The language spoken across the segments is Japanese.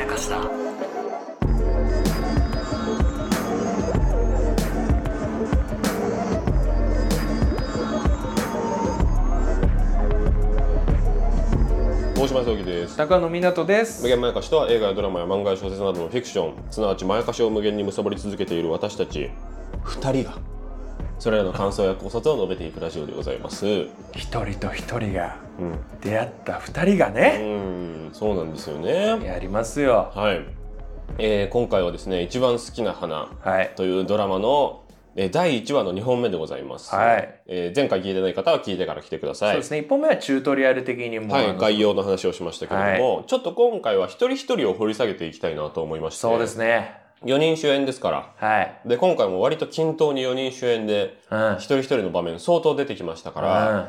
やかしだ。 大島聡樹です。 高野湊です。 無限まやかしとは映画やドラマや漫画や小説などのフィクション、すなわちまやかしを無限に貪り続けている私たち2人がそれらの感想や考察を述べていくラジオでございます。 一人と一人が出会った2人がね、 そうなんですよね。 やりますよ。 はい、今回はですね、一番好きな花というドラマの第1話の2本目でございます。 はい。 前回聞いてない方は聞いてから来てください。 そうですね。1本目はチュートリアル的にも、 はい、概要の話をしましたけれども、ちょっと今回は一人一人を掘り下げていきたいなと思いまして。 そうですね。 4人主演ですから。 はい。 で、今回も割と均等に4人主演で、一人一人の場面相当出てきましたから、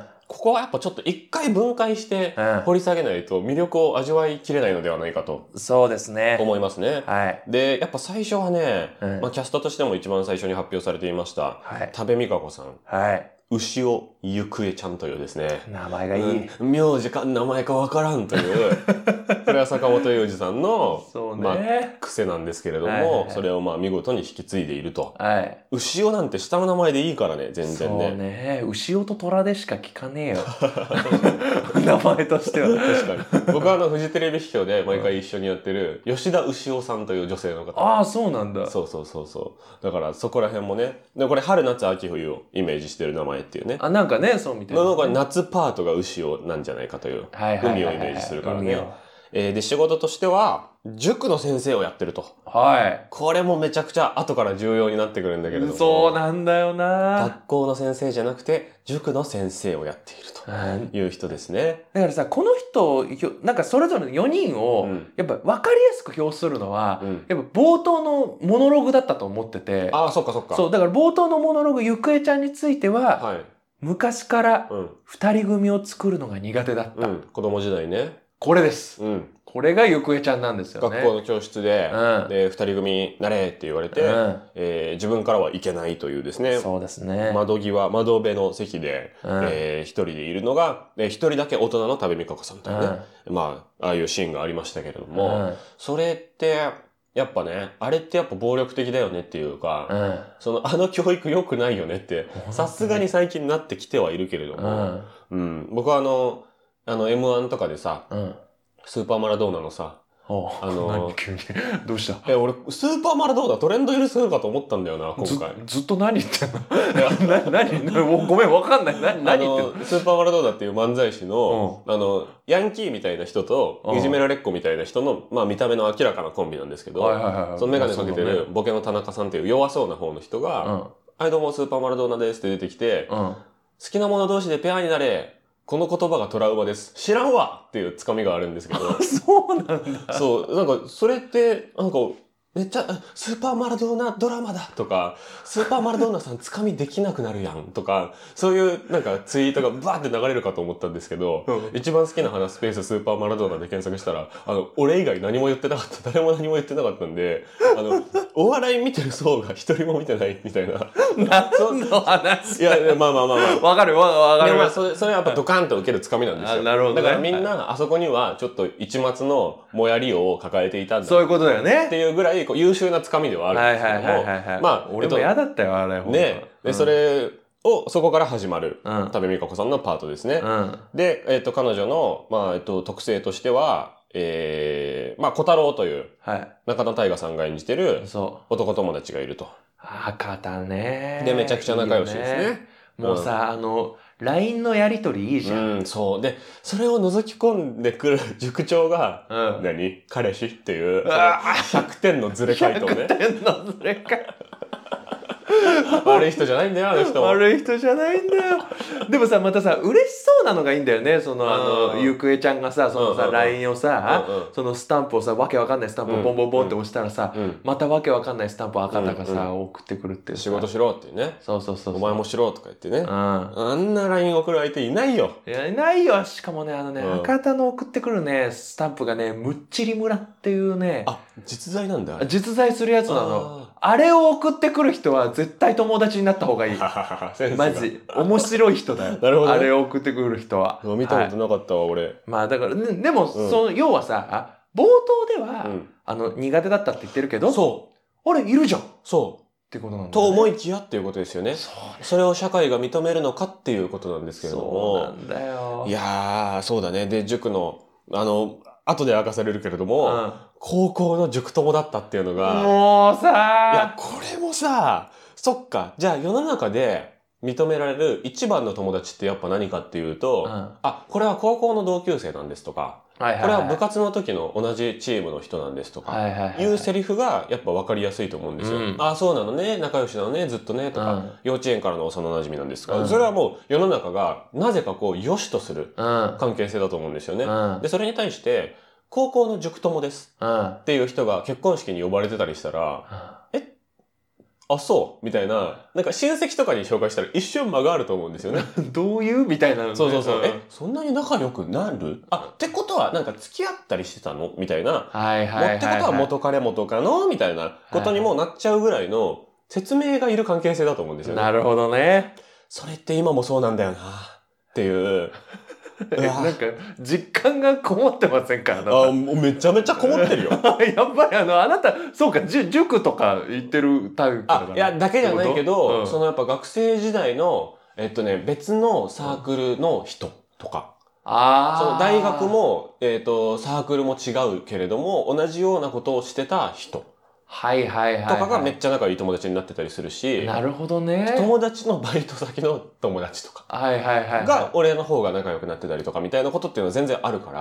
ここはやっぱちょっと一回分解して掘り下げないと魅力を味わいきれないのではないかと。 そうですね。 思いますね。 はい。 で、やっぱ最初はね、キャストとしても一番最初に発表されていました、多部未華子さん。 はい。 牛尾ゆくえちゃんというですね。 名前がいい。 名字か名前かわからんという、これは坂本雄二さんの、癖なんですけれども、それを見事に引き継いでいると。牛尾なんて下の名前でいいからね、全然ね。 そうね。牛尾と虎でしか聞かねえよ。名前としては。 確かに。僕はフジテレビ批評で毎回一緒にやってる、吉田牛尾さんという女性の方。 ああ、そうなんだ。 そう。だからそこら辺もね、でこれ春夏秋冬をイメージしてる名前っていうね。 なんかね、そうみたいな、 なんか夏パートが牛尾なんじゃないかという。海をイメージするからね。で、仕事としては、塾の先生をやってると。はい。これもめちゃくちゃ後から重要になってくるんだけれども。 そうなんだよな。 学校の先生じゃなくて、塾の先生をやっているという人ですね。 だからさ、この人、なんかそれぞれの4人を、やっぱ分かりやすく表するのは、やっぱ冒頭のモノログだったと思ってて。 ああ、そっか。 そう、だから冒頭のモノログ、ゆくえちゃんについては、昔から2人組を作るのが苦手だった。 子供時代ね。 これです。これがゆくえちゃんなんですよね。 学校の教室で、二人組になれって言われて、自分からはいけないというですね。 そうですね。 窓辺の席で、一人でいるのが、一人だけ大人の多部未華子さんというね。ああいうシーンがありましたけれども、それって、やっぱね、あれってやっぱ暴力的だよねっていうか、あの教育良くないよねって、さすがに最近なってきてはいるけれども、僕はM1 とかでさ、スーパーマラドーナのさ、 何急にどうした？ 俺、スーパーマラドーナトレンド入りするかと思ったんだよな、今回。 ずっと何言ってんの？何ごめん、わかんない。何言ってんの？ スーパーマラドーナっていう漫才師の、ヤンキーみたいな人と、いじめられっ子みたいな人の、見た目の明らかなコンビなんですけど、そのメガネかけてるボケの田中さんっていう弱そうな方の人が、はい、どうもスーパーマラドーナですって出てきて、好きな者同士でペアになれ、この言葉がトラウマです。知らんわっていうつかみがあるんですけど。 そうなんだ。 そう、なんか、それって、なんか、めっちゃ、スーパーマラドーナドラマだとか、スーパーマラドーナさんつかみできなくなるやんとか、そういうなんかツイートがバーって流れるかと思ったんですけど、一番好きな花スペーススーパーマラドーナで検索したら、俺以外何も言ってなかった。誰も何も言ってなかったんで、お笑い見てる層が一人も見てないみたいな。 何の話？ いや、まあ。 わかる。 それはやっぱドカンと受けるつかみなんですよ。 なるほどね。 だからみんな、あそこにはちょっと一末のもやりを抱えていたんだ。 そういうことだよね。 っていうぐらい優秀なつかみではあるんですけども。 俺も嫌だったよ、あれ。 ね。で、そこから始まる、多部未華子さんのパートですね。で、彼女の、特性としては、小太郎という、中野大河さんが演じてる、男友達がいると。 博多ね。 で、めちゃくちゃ仲良しですね。 もうさ、LINE のやりとりいいじゃん。 そう。で、それを覗き込んでくる塾長が、彼氏っていう、100点のズレ回答ね。 100点のズレ回答。 悪い人じゃないんだよ、あの人は。 悪い人じゃないんだよ。でもさ、またさ、嬉しそうなのがいいんだよね。ゆくえちゃんがさ、LINE をさ、そのスタンプをさ、わけわかんないスタンプをボンボンボンって押したらさ、またわけわかんないスタンプを赤田がさ、送ってくるっていう。 仕事しろっていうね。 そう。 お前もしろとか言ってね。あんな LINE 送る相手いないよ。 いないよ。しかもね、赤田の送ってくるね、スタンプがね、むっちり村っていうね。 実在なんだ。 実在するやつなの。あれを送ってくる人は絶対友達になった方がいい。マジ。面白い人だよ。 なるほど、ね。 あれを送ってくる人は。 見たことなかったわ、俺。 だから、でも、要はさ、 冒頭では、苦手だったって言ってるけど、あれ、いるじゃん。ってことなんだ、ね。 と思いきやっていうことですよね。それを社会が認めるのかっていうことなんですけれども。 そうなんだよ。 いやー、そうだね。で、塾の、後で明かされるけれども、高校の塾友だったっていうのが。 もうさー。 いや、これもさ、そっか。じゃあ世の中で認められる一番の友達ってやっぱ何かっていうと、これは高校の同級生なんですとか、これは部活の時の同じチームの人なんですとか、いうセリフがやっぱ分かりやすいと思うんですよ。そうなのね、仲良しなのね、ずっとね、とか、幼稚園からの幼馴染なんですが、それはもう世の中がなぜか良しとする関係性だと思うんですよね。で、それに対して、高校の塾友ですっていう人が結婚式に呼ばれてたりしたら、そうみたいな、なんか親戚とかに紹介したら一瞬間があると思うんですよね。 どういうみたいなのね。 そう。そんなに仲良くなる？ってことはなんか付き合ったりしてたのみたいな。ってことは元彼元カノみたいなことにもなっちゃうぐらいの説明がいる関係性だと思うんですよね。 なるほどね。 それって今もそうなんだよなっていう。 なんか、実感がこもってませんか？ めちゃめちゃこもってるよ。 やっぱりあなた、そうか、塾とか行ってるタイプだから。 いや、だけじゃないけど、そのやっぱ学生時代の、別のサークルの人とか。その大学も、サークルも違うけれども、同じようなことをしてた人。とかがめっちゃ仲いい友達になってたりするし。 なるほどね。 友達のバイト先の友達とか。が、俺の方が仲良くなってたりとかみたいなことっていうのは全然あるから。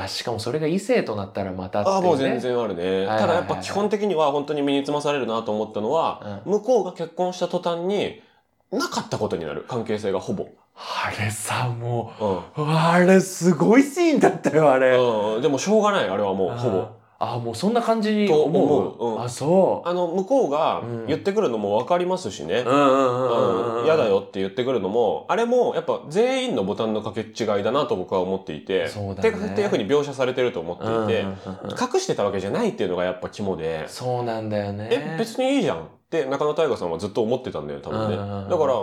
しかもそれが異性となったらまたっていうね。 もう全然あるね。ただやっぱ基本的には本当に身につまされるなと思ったのは、向こうが結婚した途端に、なかったことになる。関係性がほぼ。 あれさ、もう、あれすごいシーンだったよ、あれ。 でもしょうがない、あれはもう、ほぼ。 もうそんな感じに思う。そう。 向こうが言ってくるのもわかりますしね。嫌だよって言ってくるのも、あれもやっぱ全員のボタンの掛け違いだなと僕は思っていて、っていうふうに描写されてると思っていて、隠してたわけじゃないっていうのがやっぱ肝で。 そうなんだよね。 別にいいじゃんって中野大河さんはずっと思ってたんだよ、多分ね。だから、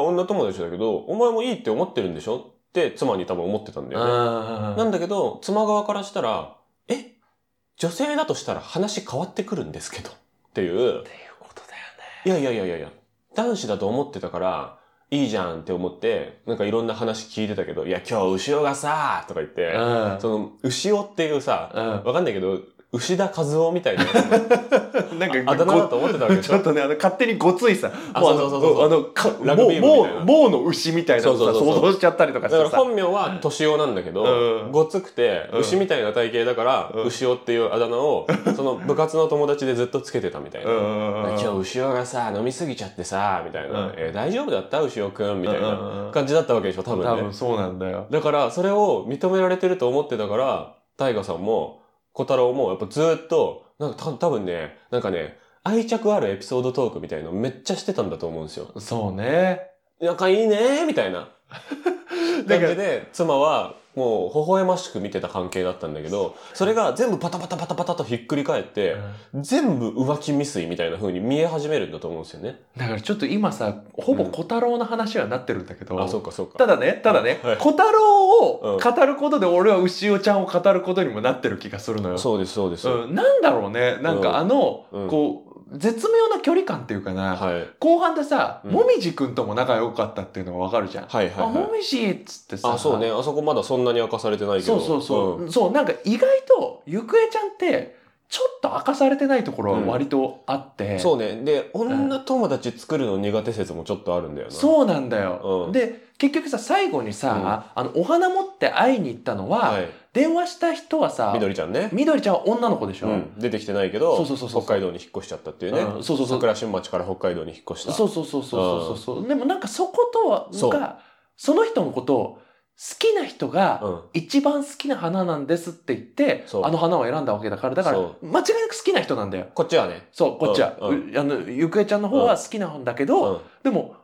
女友達だけど、お前もいいって思ってるんでしょって妻に多分思ってたんだよね。なんだけど、妻側からしたら、女性だとしたら話変わってくるんですけど。っていうことだよね。いや。男子だと思ってたから、いいじゃんって思って、なんかいろんな話聞いてたけど、いや今日牛尾がさ、とか言って、その牛尾っていうさ、わかんないけど、牛田和夫みたいな。なんか、あだ名だと思ってたわけでしょ。 ちょっとね、勝手にごついさ。 そうラグビー部みたいな。 某の牛みたいなのさ、想像しちゃったりとかしてさ。 だから本名は敏夫なんだけど、ごつくて、牛みたいな体型だから、牛尾っていうあだ名を、その部活の友達でずっとつけてたみたいな。今日牛尾がさ、飲みすぎちゃってさ、みたいな。大丈夫だった牛尾くんみたいな感じだったわけでしょ、多分ね。 多分そうなんだよ。 だから、それを認められてると思ってたから、大河さんも、小太郎もやっぱずっと、なんか多分ね、愛着あるエピソードトークみたいのめっちゃしてたんだと思うんですよ。 そうね。 仲いいねみたいな感じで、妻はもう微笑ましく見てた関係だったんだけど、それが全部パタパタとひっくり返って、全部浮気未遂みたいな風に見え始めるんだと思うんですよね。 だからちょっと今さ、ほぼ小太郎の話はなってるんだけど、 そうか。 ただね、小太郎を語ることで俺は牛尾ちゃんを語ることにもなってる気がするのよ。 そうです。 なんだろうね、なんか絶妙な距離感っていうかな、後半でさ、もみじくんとも仲良かったっていうのがわかるじゃん。もみじっつってさ。 そうね。あそこまだそんなに明かされてないけど。 そう、なんか意外と、ゆくえちゃんって、ちょっと明かされてないところは割とあって。 そうね。で、女友達作るの苦手説もちょっとあるんだよな。 そうなんだよ。で、結局さ、最後にさ、お花持って会いに行ったのは、電話した人はさ、 みどりちゃんね。 みどりちゃんは女の子でしょ。 出てきてないけど、北海道に引っ越しちゃったっていうね。桜新町から北海道に引っ越した。 そう。でもなんかそことは、その人のことを、好きな人が一番好きな花なんですって言って、あの花を選んだわけだから、だから間違いなく好きな人なんだよ。 こっちはね。 そう、こっちは。ゆくえちゃんの方は好きなんだけど、でも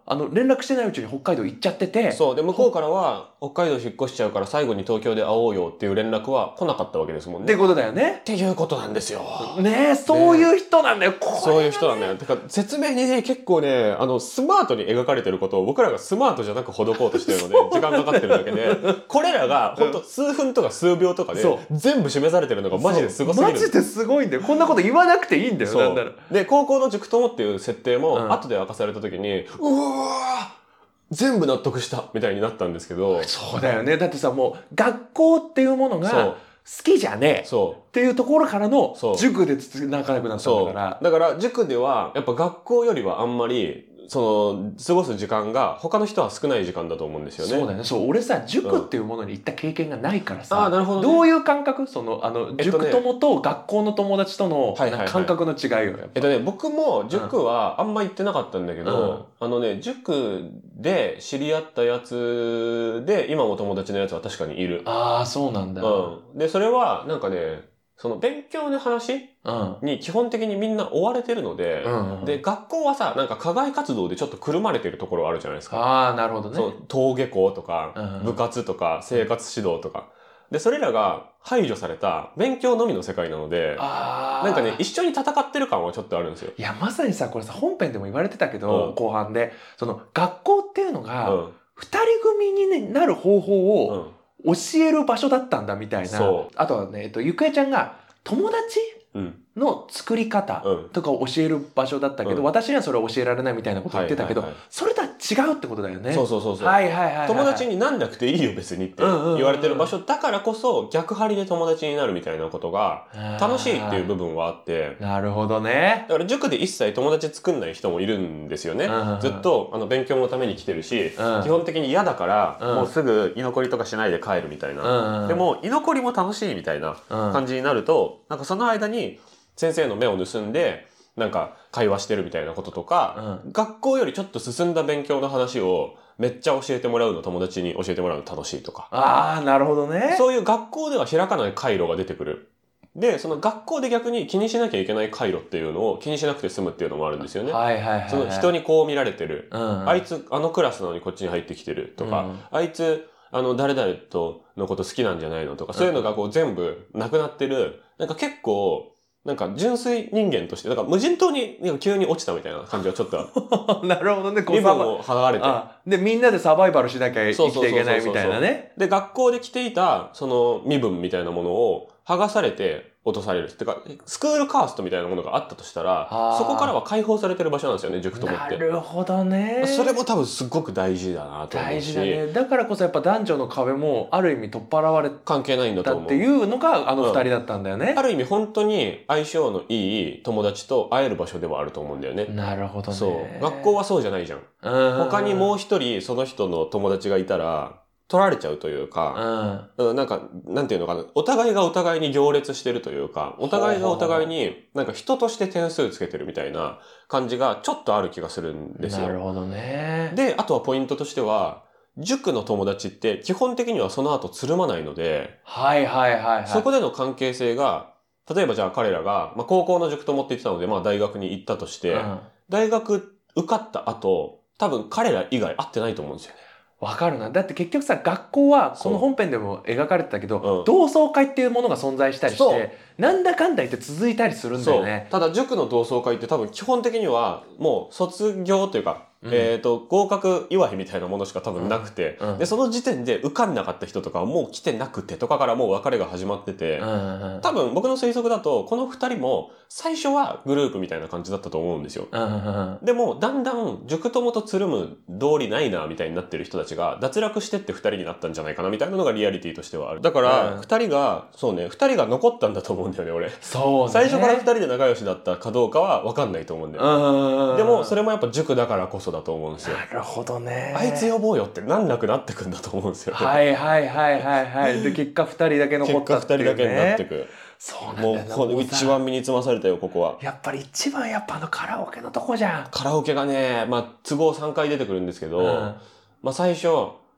連絡してないうちに北海道行っちゃってて。 そう。で、向こうからは、北海道引っ越しちゃうから最後に東京で会おうよっていう連絡は来なかったわけですもんね。 ってことだよね。 っていうことなんですよ。 ねえ、そういう人なんだよ。 そういう人なんだよ。てか、説明にね、結構ね、スマートに描かれてることを僕らがスマートじゃなく施こうとしてるので、時間かかってるだけで、これらが、ほんと数分とか数秒とかで、全部示されてるのがマジですごすぎる。 マジですごいんだよ。こんなこと言わなくていいんだよ。なんだろう。 で、高校の塾友っていう設定も、後で明かされた時に、うわー全部納得したみたいになったんですけど。 そうだよね。だってさ、もう学校っていうものが好きじゃねえっていうところからの塾で仲良くなったんだから。 だから塾ではやっぱ学校よりはあんまり過ごす時間が他の人は少ない時間だと思うんですよね。 そうだよね。そう、俺さ、塾っていうものに行った経験がないからさ、 なるほどね、 どういう感覚塾友と学校の友達との感覚の違いよ。 僕も塾はあんま行ってなかったんだけど、塾で知り合ったやつで、今も友達のやつは確かにいる。 ああ、そうなんだ。 で、それはなんかね、勉強の話に基本的にみんな追われてるので、で、学校はさ、なんか課外活動でちょっとくるまれてるところあるじゃないですか。 ああ、なるほどね。 登下校とか、部活とか、生活指導とか。で、それらが排除された勉強のみの世界なので、なんかね、一緒に戦ってる感はちょっとあるんですよ。 いや、まさにさ、これさ、本編でも言われてたけど、後半で、学校っていうのが、二人組になる方法を、教える場所だったんだみたいな。あとはね、ゆくえちゃんが友達の作り方とかを教える場所だったけど、私にはそれは教えられないみたいなこと言ってたけど、それとは違うってことだよね。 そう。友達になんなくていいよ別にって言われてる場所だからこそ、逆張りで友達になるみたいなことが楽しいっていう部分はあって。 なるほどね。 だから塾で一切友達作んない人もいるんですよね。ずっと勉強のために来てるし、基本的に嫌だから、もうすぐ居残りとかしないで帰るみたいな。でも居残りも楽しいみたいな感じになると、なんかその間に先生の目を盗んで、なんか会話してるみたいなこととか、学校よりちょっと進んだ勉強の話をめっちゃ教えてもらうの、友達に教えてもらうの楽しいとか。 ああ、なるほどね。 そういう学校では開かない回路が出てくる。で、その学校で逆に気にしなきゃいけない回路っていうのを気にしなくて済むっていうのもあるんですよね。その人にこう見られてる。あいつ、あのクラスなのにこっちに入ってきてるとか、あいつ、誰々とのこと好きなんじゃないのとか、そういうのがこう全部なくなってる。なんか結構、なんか純粋人間として、なんか無人島に急に落ちたみたいな感じはちょっとある。 なるほどね。 身分を剥がれて。 で、みんなでサバイバルしなきゃ生きていけないみたいなね。 で、学校で着ていた、その身分みたいなものを剥がされて落とされる。てか、スクールカーストみたいなものがあったとしたら、そこからは解放されてる場所なんですよね、塾友って。 なるほどね。 それも多分すっごく大事だなと思うし。 大事だね。だからこそやっぱ男女の壁もある意味取っ払われ関係ないんだと思う。 っていうのがあの二人だったんだよね。 ある意味本当に相性のいい友達と会える場所ではあると思うんだよね。 なるほどね。 そう。学校はそうじゃないじゃん。他にもう一人その人の友達がいたら、取られちゃうというか、なんか、なんていうのかな、お互いがお互いに行列してるというか、お互いがお互いになんか人として点数つけてるみたいな感じがちょっとある気がするんですよ。 なるほどね。 で、あとはポイントとしては、塾の友達って基本的にはその後つるまないので、そこでの関係性が、例えばじゃあ彼らが、高校の塾友って言ってたので、大学に行ったとして、大学受かった後、多分彼ら以外会ってないと思うんですよね。 わかるな。だって結局さ、学校はこの本編でも描かれてたけど、同窓会っていうものが存在したりして、なんだかんだ言って続いたりするんだよね。 ただ塾の同窓会って多分基本的にはもう卒業というか、合格祝いみたいなものしか多分なくて、で、その時点で受かんなかった人とかはもう来てなくてとかからもう別れが始まってて、多分僕の推測だと、この二人も最初はグループみたいな感じだったと思うんですよ。でも、だんだん塾友とつるむ道理ないなみたいになってる人たちが脱落してって二人になったんじゃないかなみたいなのがリアリティとしてはある。だから、二人が残ったんだと思うんだよね、俺。 そうね。 最初から二人で仲良しだったかどうかは分かんないと思うんだよ。でも、それもやっぱ塾だからこそだと思うんですよ。 なるほどね。 あいつ呼ぼうよってなんなくなってくんだと思うんですよ。 で、結果二人だけ残ったっていうね。 結果二人だけになってく。 そうなんだよな。 もう一番身につまされたよ、ここは。 やっぱり一番カラオケのとこじゃん。 カラオケがね、都合3回出てくるんですけど、最初、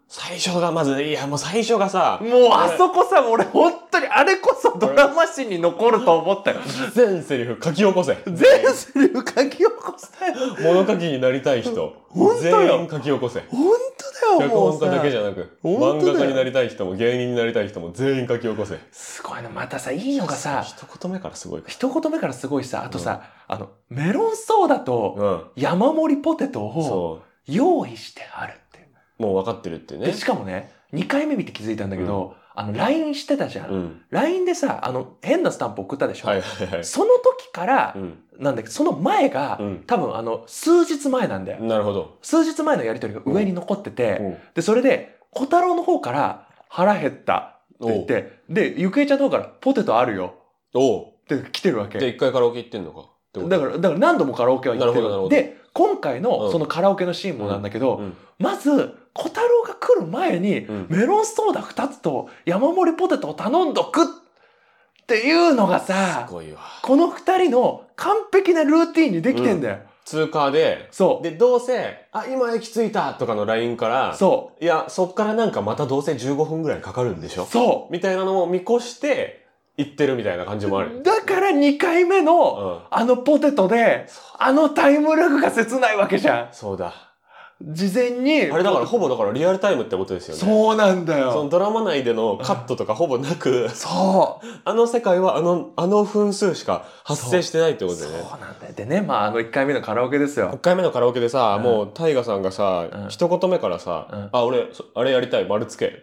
最初がまず、いやもう最初がさ、 もうあそこさ、俺本当にあれこそドラマ史に残ると思ったよ。 全セリフ書き起こせ。 全セリフ書き起こしたよ。 物書きになりたい人。 本当よ。 全員書き起こせ。 本当だよ、もうさ。 脚本家だけじゃなく、漫画家になりたい人も芸人になりたい人も全員書き起こせ。 すごいな。またさ、いいのがさ、 一言目からすごい。 一言目からすごいさ、あとさ、メロンソーダと山盛りポテトを用意してあるっていう。 もう分かってるってね。 しかもね、2回目見て気づいたんだけど、LINE してたじゃん。LINE でさ、変なスタンプ送ったでしょ。その時から、なんだっけ、その前が、多分数日前なんだよ。 なるほど。 数日前のやりとりが上に残ってて、で、それで、小太郎の方から腹減ったって言って、で、ゆくえちゃんの方からポテトあるよ。って来てるわけ。 で、一回カラオケ行ってんのか。 だから何度もカラオケは行ってる。で、今回のそのカラオケのシーンもなんだけど、まず、小太郎が来る前に、メロンソーダ2つと山盛りポテトを頼んどくっていうのがさ、この2人の完璧なルーティンにできてんだよ。 通過で、で、どうせ、今駅着いたとかの LINE から、いや、そっからなんかまたどうせ15分ぐらいかかるんでしょみたいなのを見越して、行ってるみたいな感じもある。 だから2回目の、ポテトで、タイムラグが切ないわけじゃん。 そうだ。 事前に。 あれだからほぼだからリアルタイムってことですよね。 そうなんだよ。 そのドラマ内でのカットとかほぼなく、 そう。 あの世界は分数しか発生してないってことでね。 そうなんだよ。でね、1回目のカラオケですよ。 1回目のカラオケでさ、もうタイガさんがさ、一言目からさ、俺、あれやりたい、丸つけ。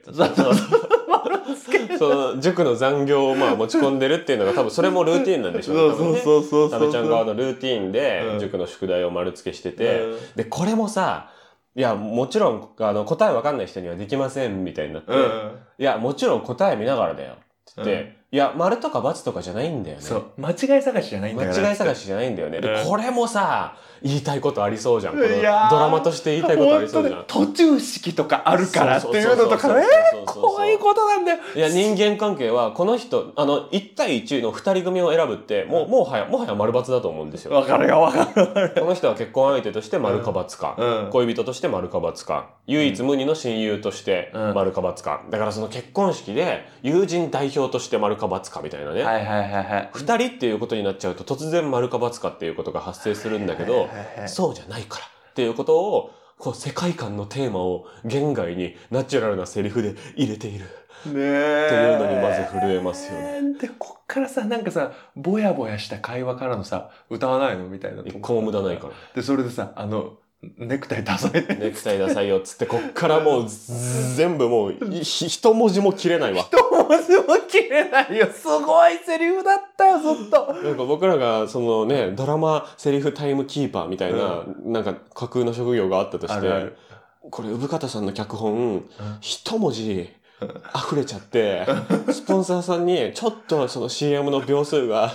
その塾の残業を持ち込んでるっていうのが多分それもルーティーンなんでしょうね。そう。タメちゃん側のルーティーンで塾の宿題を丸付けしてて、で、これもさ、いや、もちろん、答えわかんない人にはできません、みたいになって、いや、もちろん答え見ながらだよ。って言って、いや、丸とか×とかじゃないんだよね。 そう。間違い探しじゃないんだよね。 間違い探しじゃないんだよね。で、これもさ、言いたいことありそうじゃん。このドラマとして言いたいことありそうじゃん。 途中式とかあるからっていうのとか、怖いことなんだよ。 いや、人間関係は、この人、1対1の2人組を選ぶって、もはや丸×だと思うんですよ。 わかるよ、わかる。 この人は結婚相手として丸か×か、恋人として丸か×か、唯一無二の親友として丸か×か。だからその結婚式で、友人代表として丸か×かみたいなね。2人っていうことになっちゃうと、突然丸か×かっていうことが発生するんだけど、そうじゃないからっていうことを、世界観のテーマを言外にナチュラルなセリフで入れている。っていうのにまず震えますよね。 で、こっからさ、なんかさ、ぼやぼやした会話からのさ、歌わないのみたいな。 一個も無駄ないから。 で、それでさ、ネクタイダサい。 ネクタイダサいよっつって、こっからもう全部もう一文字も切れないわ。 一文字も切れないよ。すごいセリフだったよ、ずっと。 なんか僕らがそのね、ドラマセリフタイムキーパーみたいな、なんか架空の職業があったとして、これ産方さんの脚本、一文字溢れちゃって、スポンサーさんにちょっとその CM の秒数が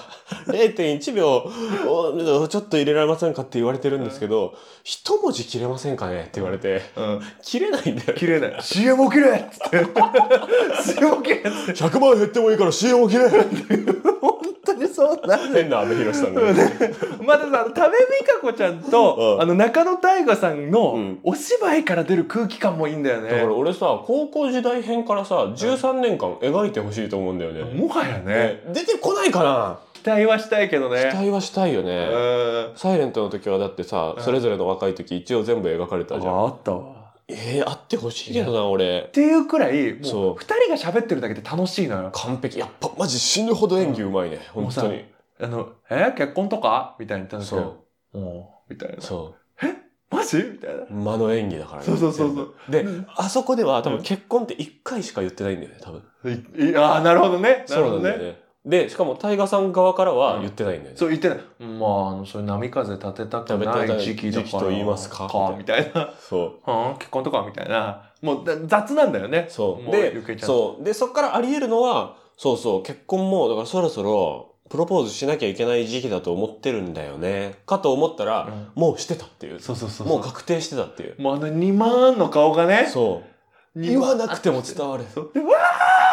0.1 秒ちょっと入れられませんかって言われてるんですけど、一文字切れませんかねって言われて、切れないんだよ。 切れない。CM を切れっつって。CM を切れっつって。 100万減ってもいいから CM を切れ本当にそうなん変な阿部寛さんが。 またさ、多部未華子ちゃんと、中野大河さんのお芝居から出る空気感もいいんだよね。 だから俺さ、高校時代編からさ、13年間描いてほしいと思うんだよね。 もはやね。 出てこないかな。 期待はしたいけどね。 期待はしたいよね。サイレントの時はだってさ、それぞれの若い時一応全部描かれたじゃん。 あったわ。 あってほしいけどな、俺。 っていうくらい、もう二人が喋ってるだけで楽しいのよ。 完璧。やっぱマジ死ぬほど演技うまいね。本当に。 結婚とかみたいに言ったんですけど。みたいな。 そう。 マジみたいな。 間の演技だからね。 そう。 で、あそこでは多分結婚って1回しか言ってないんだよね、多分。 なるほどね。 そうなんだよね。で、しかもタイガさん側からは言ってないんだよね。 そう、言ってない。そういう波風立てたくない時期だから。 と言いますかみたいな。 そう。 結婚とかみたいな。もう雑なんだよね。 そう。で、そっからあり得るのは、結婚も、だからそろそろ、プロポーズしなきゃいけない時期だと思ってるんだよね。かと思ったら、もうしてたっていう。もう確定してたっていう。 もう2万の顔がね。 そう。言わなくても伝わる。 うわーっつって。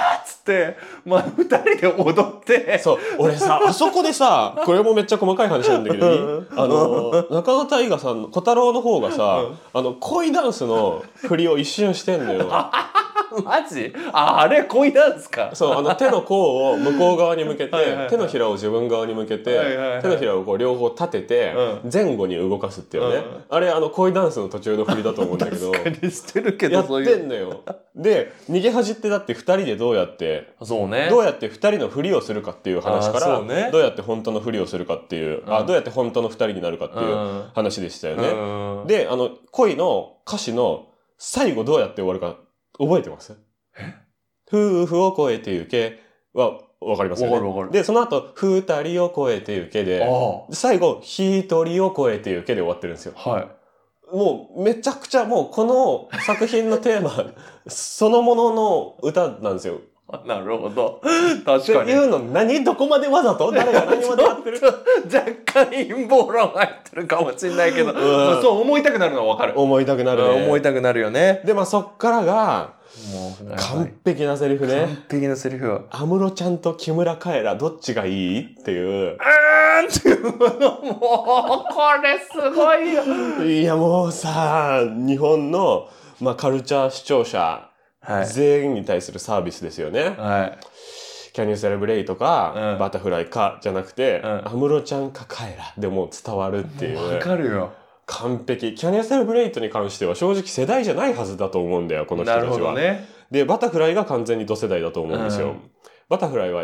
ってまあ2人で踊ってそう俺さあそこでさこれもめっちゃ細かい話なんだけど中野大河さんの小太郎の方がさ恋ダンスの振りを一瞬してんのよマジ？あれ恋ダンスか。 そう手の甲を向こう側に向けてはいはいはい手のひらを自分側に向けて、 はいはいはい手のひらをこう両方立てて、前後に動かすっていうね、あれ恋ダンスの途中の振りだと思うんだけど確かにしてるけどやってんのよ。で逃げ恥ってだって2人でどうやってそうねどうやって2人のふりをするかっていう話から、 ね、 どうやって本当のふりをするかっていう、どうやって本当の2人になるかっていう話でしたよね。で恋の歌詞の最後どうやって終わるか覚えてます？夫婦を越えてゆけはわかりますよね。 わかる。 でその後二人を越えてゆけで最後一人を越えてゆけで終わってるんですよ。 はい。 もうめちゃくちゃもうこの作品のテーマそのものの歌なんですよ。 なるほど。確かに。 っていうのどこまでわざと誰が何までやってる若干陰謀論入ってるかもしれないけど、そう思いたくなるのはわかる。 思いたくなるね。 思いたくなるよね。 でそっからがもう完璧なセリフね。 完璧なセリフ。 安室ちゃんと木村カエラどっちがいいっていう。 っていうのもうこれすごいよ。 いやもうさ日本のカルチャー視聴者全員に対するサービスですよね。 はい。 Can You Celebrate か、バタフライかじゃなくて、安室ちゃんかカエラでもう伝わるっていう。 わかるよ。 完璧。Can You Celebrate に関しては正直世代じゃないはずだと思うんだよ、この人たちは。なるほどね。で、バタフライが完全に同世代だと思うんですよ。バタフライは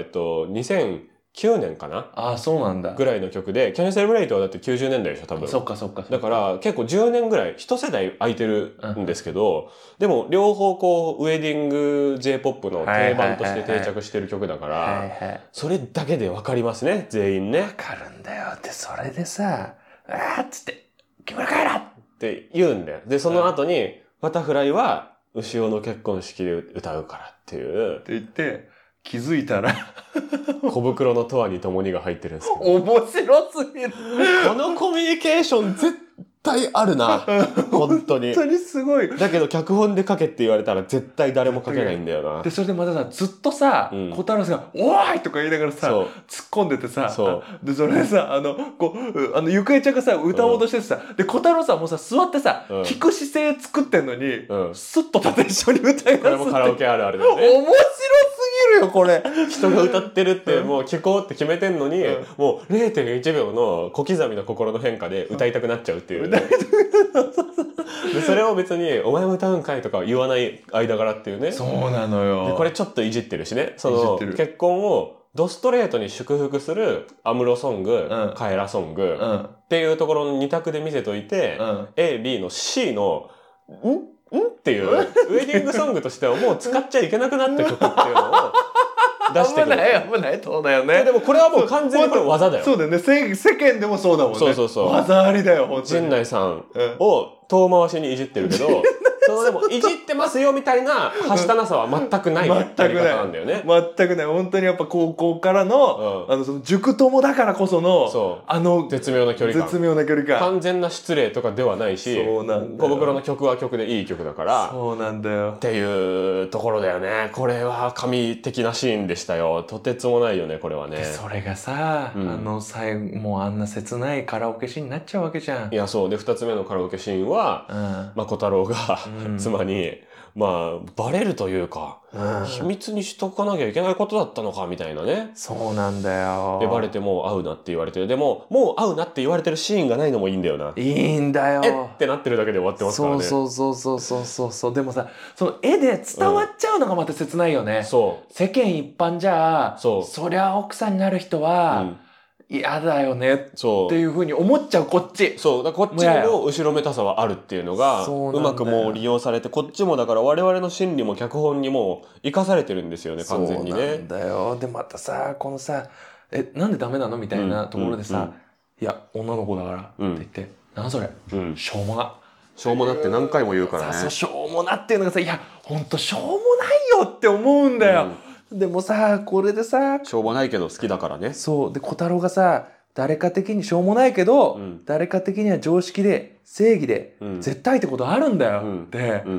2009年かな？ あ、そうなんだ。 ぐらいの曲で、Can You Celebrate はだって90年代でしょ、多分。 そっか。 だから結構10年ぐらい、一世代空いてるんですけど、でも両方ウェディング J-POP の定番として定着してる曲だから、それだけでわかりますね、全員ね。 わかるんだよ。で、それでさ、っつって、木村カエラって言うんだよ。で、その後に、バタフライは、牛尾の結婚式で歌うからっていう。 って言って、気づいたら小袋の永遠に共にが入ってるんですけど。面白すぎる。 このコミュニケーション絶対あるな。本当に。 本当にすごい。 だけど脚本で書けって言われたら絶対誰も書けないんだよな。 で、それでまたさ、ずっとさ、小太郎さんが、おーいとか言いながらさ、突っ込んでてさ、で、それでさ、ゆくえちゃんがさ、歌おうとしててさ、で、小太郎さんもさ、座ってさ、聞く姿勢作ってんのに、スッと立って一緒に歌い出すって。 これもカラオケあるあるだよね。 面白すぎるよ、これ。 人が歌ってるってもう聞こうって決めてんのに、もう 0.1 秒の小刻みな心の変化で歌いたくなっちゃうっていう。でそれを別に「お前も歌うんかい」とか言わない間柄っていうね。 そうなのよ。 でこれちょっといじってるしね。その結婚をドストレートに祝福する安室ソング、カエラソングっていうところの2択で見せといて、A、B の C のっていうウェディングソングとしてはもう使っちゃいけなくなった曲っていうのを出してくる。 危ないそうだよね。 でもこれはもう完全にこれ技だよ。 そうだよね。世間でもそうだもんね。 そう技ありだよ本当に。 陣内さんを遠回しにいじってるけどでもいじってますよみたいなはしたなさは全くないやり方なんだよね。 全くない。本当にやっぱ高校からのその塾友だからこその絶妙な距離感。完全な失礼とかではないし、小袋の曲は曲でいい曲だから。 そうなんだよ。 っていうところだよね。これは神的なシーンでしたよ。とてつもないよねこれはね。 それがさ、最後もうあんな切ないカラオケシーンになっちゃうわけじゃん。 いやそうで2つ目のカラオケシーンは、小太郎が妻にバレるというか、秘密にしとかなきゃいけないことだったのかみたいなね。 そうなんだよ。 でバレてもう会うなって言われてる。でももう会うなって言われてるシーンがないのもいいんだよな。 いいんだよ。 ってなってるだけで終わってますからね。 そうでもさ、その絵で伝わっちゃうのがまた切ないよね。世間一般じゃそりゃ奥さんになる人は、嫌だよねっていう風に思っちゃうこっち。だからこっちにも後ろめたさはあるっていうのがうまくもう利用されて、こっちもだから我々の心理も脚本にも生かされてるんですよね完全にね。 そうなんだよ。でまたさこのさなんでダメなのみたいなところでさ、いや女の子だからって言ってなんそれ、しょうもなしょうもなって何回も言うからね。 しょうもなっていうのがさ、いやほんとしょうもないよって思うんだよ。でもさこれでさしょうもないけど好きだからね。 で小太郎がさ誰か的にしょうもないけど、誰か的には常識で正義で、絶対ってことあるんだよって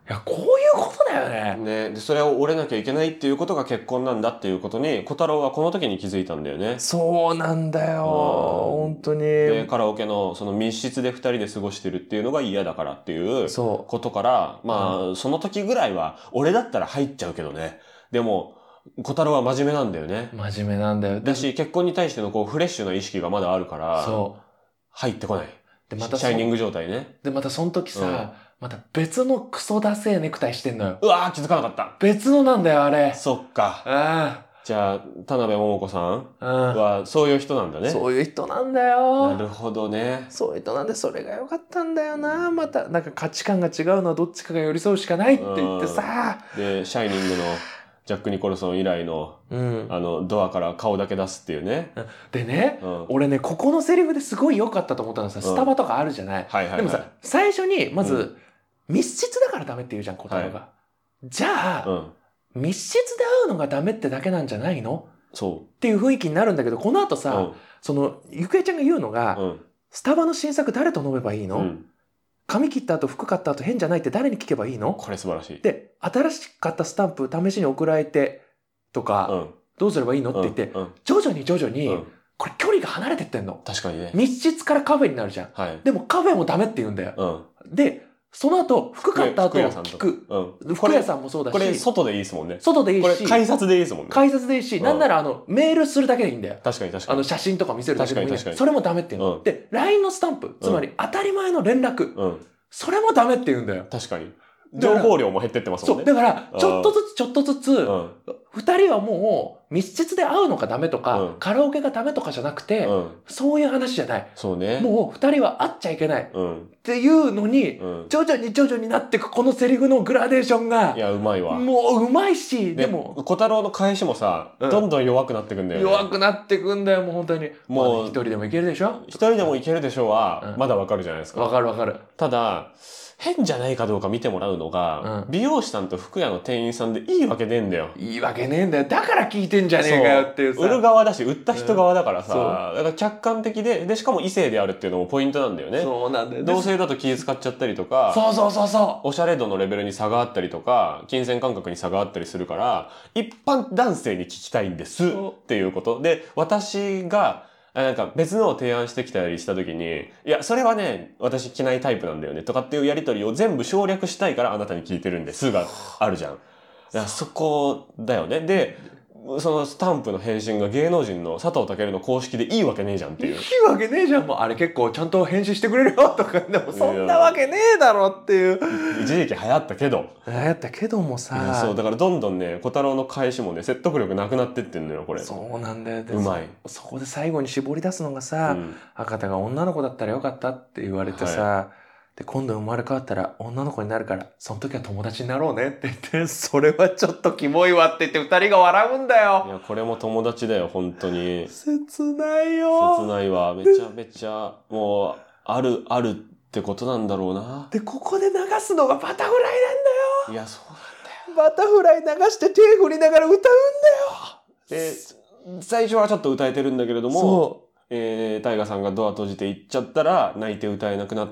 いや、こういうことだよね。 ね。で、それを折れなきゃいけないっていうことが結婚なんだっていうことに、小太郎はこの時に気づいたんだよね。 そうなんだよ。本当に。 で、カラオケのその密室で二人で過ごしてるっていうのが嫌だからっていうことから、まあ、その時ぐらいは、俺だったら入っちゃうけどね。でも、小太郎は真面目なんだよね。 真面目なんだよ。 だし、結婚に対してのこうフレッシュな意識がまだあるから、 そう。 入ってこない。 で、またシャイニング状態ね。 で、またその時さ、また別のクソダセーネクタイしてんのよ。 うわー、気づかなかった。 別のなんだよ、あれ。 そっか。 ああ。 じゃあ、田辺桃子さんはそういう人なんだね。 そういう人なんだよ。 なるほどね。 そういう人なんで、それが良かったんだよな。また、なんか価値観が違うのはどっちかが寄り添うしかないって言ってさ。 で、シャイニングのジャック・ニコルソン以来の、ドアから顔だけ出すっていうね。 でね、俺ね、ここのセリフですごい良かったと思ったのさ、スタバとかあるじゃない。でもさ、最初に、まず、密室だからダメって言うじゃん、小太郎が。じゃあ、密室で会うのがダメってだけなんじゃないの？そう。っていう雰囲気になるんだけど、この後さ、その、ゆくえちゃんが言うのが、スタバの新作誰と飲めばいいの？髪切った後、服買った後変じゃないって誰に聞けばいいの？ これ素晴らしい。 で、新しかったスタンプ試しに送られてとか、どうすればいいのって言って、徐々に、これ距離が離れてってんの。 確かにね。 密室からカフェになるじゃん。はい、でもカフェもダメって言うんだよ。で、その後、服買った後、聞く。服屋さんもそうだし。 これ、外でいいですもんね。 外でいいし。 これ、改札でいいですもんね。 改札でいいし、なんなら、メールするだけでいいんだよ。 確かに。 写真とか見せるだけでもいいんだよ。それもダメっていうの。で、LINE のスタンプ、つまり当たり前の連絡。それもダメって言うんだよ。 確かに。情報量も減ってってますもんね。 そう。だから、ちょっとずつ、二人はもう密室で会うのがダメとか、カラオケがダメとかじゃなくて、そういう話じゃない。 そうね。 もう二人は会っちゃいけない。っていうのに、徐々になっていくこのセリフのグラデーションが、 いや、うまいわ。 もううまいし、でも。 小太郎の返しもさ、どんどん弱くなってくんだよね。 弱くなってくんだよ、もう本当に。もう一人でもいけるでしょ？ 一人でもいけるでしょは、まだわかるじゃないですか。 わかる。 ただ、変じゃないかどうか見てもらうのが、美容師さんと服屋の店員さんでいいわけねえんだよ。 いいわけねえんだよ。だから聞いてんじゃねえかよっていうさ。 売る側だし、売った人側だからさ、だから客観的で、しかも異性であるっていうのもポイントなんだよね。 そうなんだよ。 同性だと気使っちゃったりとか、おしゃれ度のレベルに差があったりとか、金銭感覚に差があったりするから、一般男性に聞きたいんですっていうことで、私が、なんか別のを提案してきたりした時に、いや、それはね、私着ないタイプなんだよねとかっていうやりとりを全部省略したいからあなたに聞いてるんですがあるじゃん。だからそこだよね。で、そのスタンプの返信が芸能人の佐藤健の公式でいいわけねえじゃんっていう。いいわけねえじゃん。もうあれ結構ちゃんと返信してくれるよとか、でもそんなわけねえだろっていう。 一時期流行ったけど。 流行ったけどもさ。 そう、だからどんどんね、小太郎の返しもね、説得力なくなってってんのよ、これ。 そうなんだよ。 うまい。 そこで最後に絞り出すのがさ、赤田が女の子だったらよかったって言われてさ、で、今度生まれ変わったら女の子になるから、その時は友達になろうねって言って、それはちょっとキモいわって言って二人が笑うんだよ。 いや、これも友達だよ、本当に。 切ないよ。 切ないわ。めちゃめちゃ、もう、あるってことなんだろうな。 で、ここで流すのがバタフライなんだよ。 いや、そうなんだよ。 バタフライ流して手振りながら歌うんだよ。 で、最初はちょっと歌えてるんだけれども、タイガさんがドア閉じて行っちゃったら、泣いて歌えなくなって、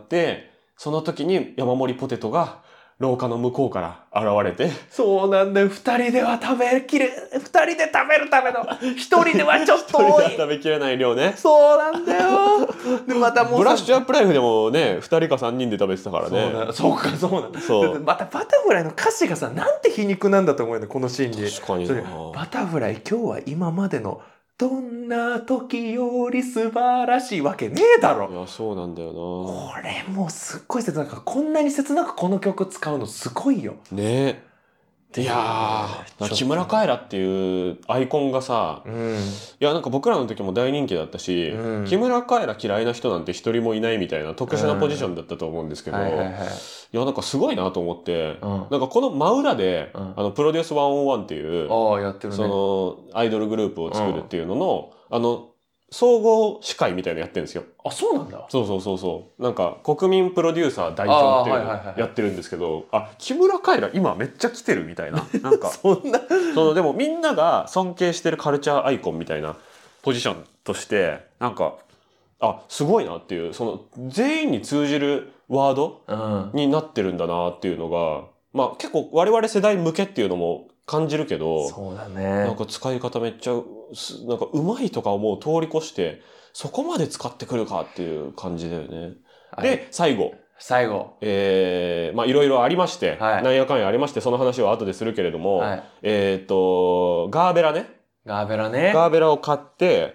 その時に山盛りポテトが廊下の向こうから現れて。 そうなんだよ。二人では食べきれ、二人で食べるための、一人ではちょっと多い。 一人では食べきれない量ね。 そうなんだよ。で、またもう。 ブラッシュアップライフでもね、二人か三人で食べてたからね。 そうなんだ。そう。またバタフライの歌詞がさ、なんて皮肉なんだと思うよね、このシーンに。 確かにな。 バタフライ、今日は今までの、どんな時より素晴らしいわけねえだろ。 いや、そうなんだよな。 これもうすっごい切なく、こんなに切なくこの曲使うのすごいよ。 ねえ。いやー、木村カエラっていうアイコンがさ、いや、なんか僕らの時も大人気だったし、木村カエラ嫌いな人なんて一人もいないみたいな特殊なポジションだったと思うんですけど、いや、なんかすごいなと思って、なんかこの真裏で、プロデュース101っていう、その、アイドルグループを作るっていうのの、総合司会みたいなのやってるんですよ。 あ、そうなんだ。 そう。なんか、国民プロデューサー代表っていうのをやってるんですけど、木村カエラ今めっちゃ来てるみたいな。なんか、でもみんなが尊敬してるカルチャーアイコンみたいなポジションとして、なんか、すごいなっていう、その、全員に通じるワードになってるんだなっていうのが、 まあ結構我々世代向けっていうのも感じるけど、 そうだね。 なんか使い方めっちゃ、なんかうまいとか思う通り越して、そこまで使ってくるかっていう感じだよね。はい、で、最後。まあいろいろありまして、はい、なんやかんやありまして、その話は後でするけれども、はい、ガーベラね。 ガーベラを買って、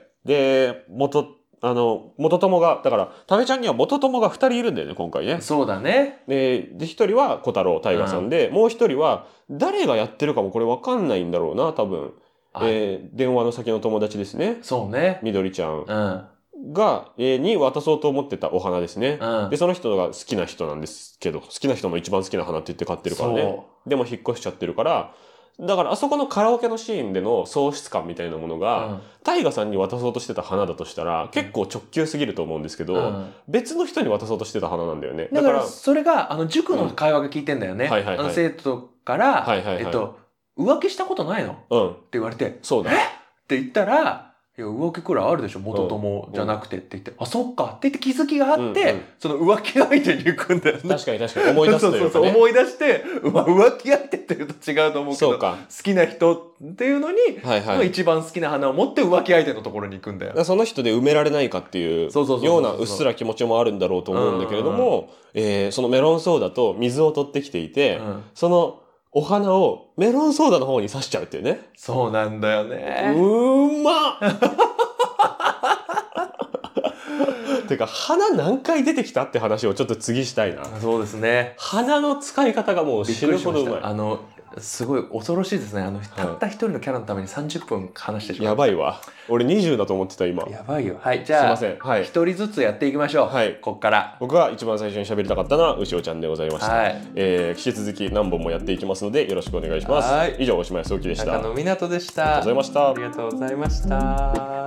で、元友が、だから、タメちゃんには元友が2人いるんだよね、今回ね。 そうだね。 で、1人は小太郎大河さんで、もう1人は、誰がやってるかもこれ分かんないんだろうな、多分。電話の先の友達ですね。 そうね。 みどりちゃん。が、に渡そうと思ってたお花ですね。で、その人が好きな人なんですけど、好きな人も一番好きな花って言って買ってるからね。でも引っ越しちゃってるから、だからあそこのカラオケのシーンでの喪失感みたいなものが、大河さんに渡そうとしてた花だとしたら、結構直球すぎると思うんですけど、別の人に渡そうとしてた花なんだよね。 だからそれが、塾の会話が聞いてんだよね。生徒から、浮気したことないのって言われて、 そうだ。 って言ったら、いや、浮気くらいあるでしょ、元友じゃなくてって言って、あ、そっかって言って気づきがあって、その浮気相手に行くんだよね。 確かに思い出すというかね。 思い出して、浮気相手って言うと違うと思うけど、好きな人っていうのに、一番好きな花を持って浮気相手のところに行くんだよ。 その人で埋められないかっていうようなうっすら気持ちもあるんだろうと思うんだけれども、そのメロンソーダと水を取ってきていて、そのお花をメロンソーダの方に刺しちゃうっていうね。 そうなんだよね。 まってか、花何回出てきたって話をちょっと次したいな。 そうですね。 花の使い方がもう死ぬほどうまい。 すごい恐ろしいですね。たった一人のキャラのために30分話してしまう。 やばいわ。俺20だと思ってた今。 やばいよ。はい、じゃあ、すいません。はい。一人ずつやっていきましょう。はい。こっから。 僕が一番最初に喋りたかったのは、うしおちゃんでございました。はい。引き続き何本もやっていきますので、よろしくお願いします。はい。以上、おしまいそうきでした。 中野湊でした。 ありがとうございました。 ありがとうございました。